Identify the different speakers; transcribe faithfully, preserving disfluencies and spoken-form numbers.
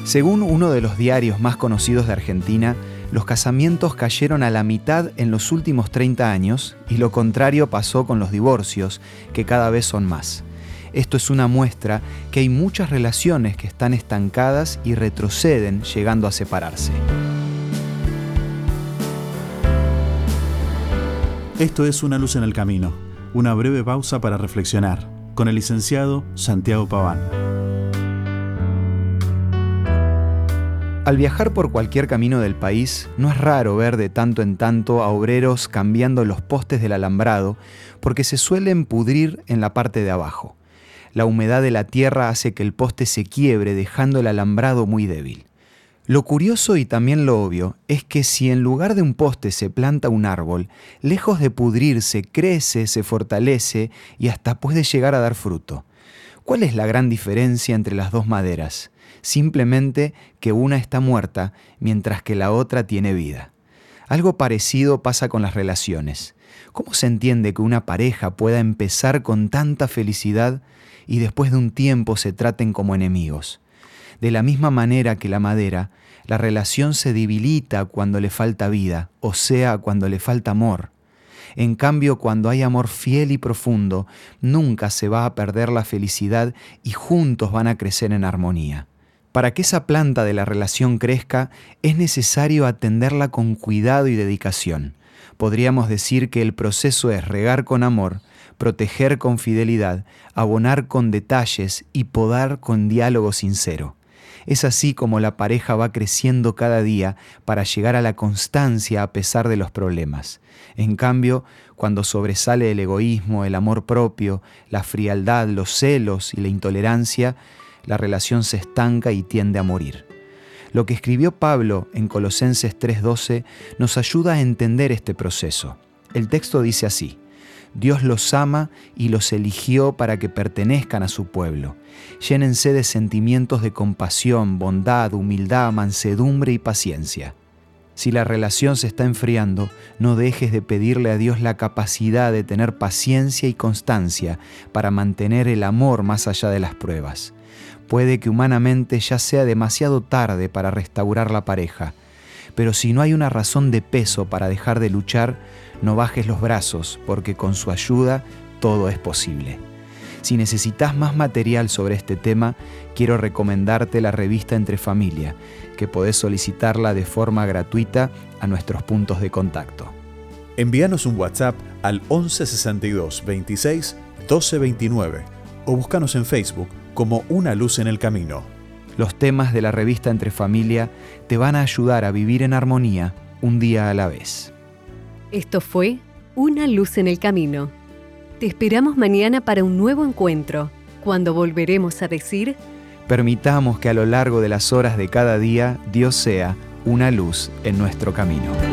Speaker 1: Según uno de los diarios más conocidos de Argentina, los casamientos cayeron a la mitad en los últimos treinta años y lo contrario pasó con los divorcios, que cada vez son más. Esto es una muestra que hay muchas relaciones que están estancadas y retroceden, llegando a separarse.
Speaker 2: Esto es Una luz en el camino, una breve pausa para reflexionar, con el licenciado Santiago Paván.
Speaker 1: Al viajar por cualquier camino del país, no es raro ver de tanto en tanto a obreros cambiando los postes del alambrado porque se suelen pudrir en la parte de abajo. La humedad de la tierra hace que el poste se quiebre, dejando el alambrado muy débil. Lo curioso y también lo obvio es que si en lugar de un poste se planta un árbol, lejos de pudrirse, crece, se fortalece y hasta puede llegar a dar fruto. ¿Cuál es la gran diferencia entre las dos maderas? Simplemente que una está muerta mientras que la otra tiene vida. Algo parecido pasa con las relaciones. ¿Cómo se entiende que una pareja pueda empezar con tanta felicidad y después de un tiempo se traten como enemigos? De la misma manera que la madera, la relación se debilita cuando le falta vida, o sea, cuando le falta amor. En cambio, cuando hay amor fiel y profundo, nunca se va a perder la felicidad y juntos van a crecer en armonía. Para que esa planta de la relación crezca, es necesario atenderla con cuidado y dedicación. Podríamos decir que el proceso es regar con amor, proteger con fidelidad, abonar con detalles y podar con diálogo sincero. Es así como la pareja va creciendo cada día para llegar a la constancia a pesar de los problemas. En cambio, cuando sobresale el egoísmo, el amor propio, la frialdad, los celos y la intolerancia, la relación se estanca y tiende a morir. Lo que escribió Pablo en Colosenses tres doce nos ayuda a entender este proceso. El texto dice así: Dios los ama y los eligió para que pertenezcan a su pueblo. Llénense de sentimientos de compasión, bondad, humildad, mansedumbre y paciencia. Si la relación se está enfriando, no dejes de pedirle a Dios la capacidad de tener paciencia y constancia para mantener el amor más allá de las pruebas. Puede que humanamente ya sea demasiado tarde para restaurar la pareja, pero si no hay una razón de peso para dejar de luchar, no bajes los brazos, porque con su ayuda todo es posible. Si necesitas más material sobre este tema, quiero recomendarte la revista Entre Familia, que podés solicitarla de forma gratuita a nuestros puntos de contacto.
Speaker 2: Envíanos un WhatsApp al once sesenta y dos veintiséis doce veintinueve o búscanos en Facebook como Una luz en el camino.
Speaker 1: Los temas de la revista Entre Familia te van a ayudar a vivir en armonía un día a la vez.
Speaker 3: Esto fue Una luz en el camino. Te esperamos mañana para un nuevo encuentro, cuando volveremos a decir:
Speaker 1: permitamos que a lo largo de las horas de cada día Dios sea una luz en nuestro camino.